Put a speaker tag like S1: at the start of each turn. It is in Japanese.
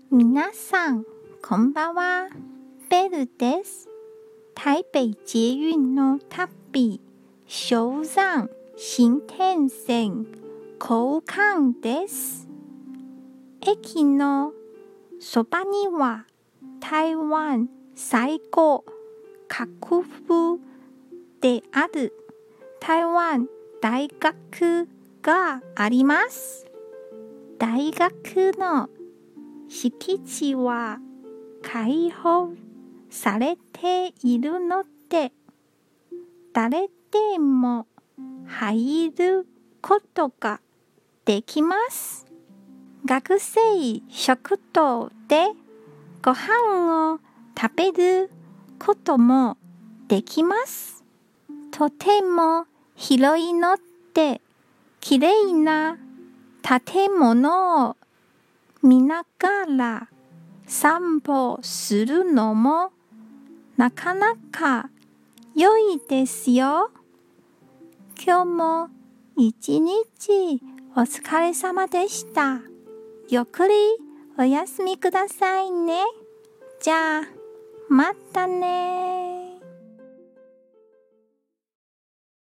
S1: 皆さん、こんばんは。ベルです。台北捷運の旅、小山新天線交換です。駅のそばには台湾最高学府である台湾大学があります。大学の敷地は開放されているので、誰でも入ることができます。学生食堂でご飯を食べることもできます。とても広いので、きれいな建物を見ながら散歩するのもなかなか良いですよ。今日も一日お疲れ様でした。ゆっくりお休みくださいね。じゃあ、またね。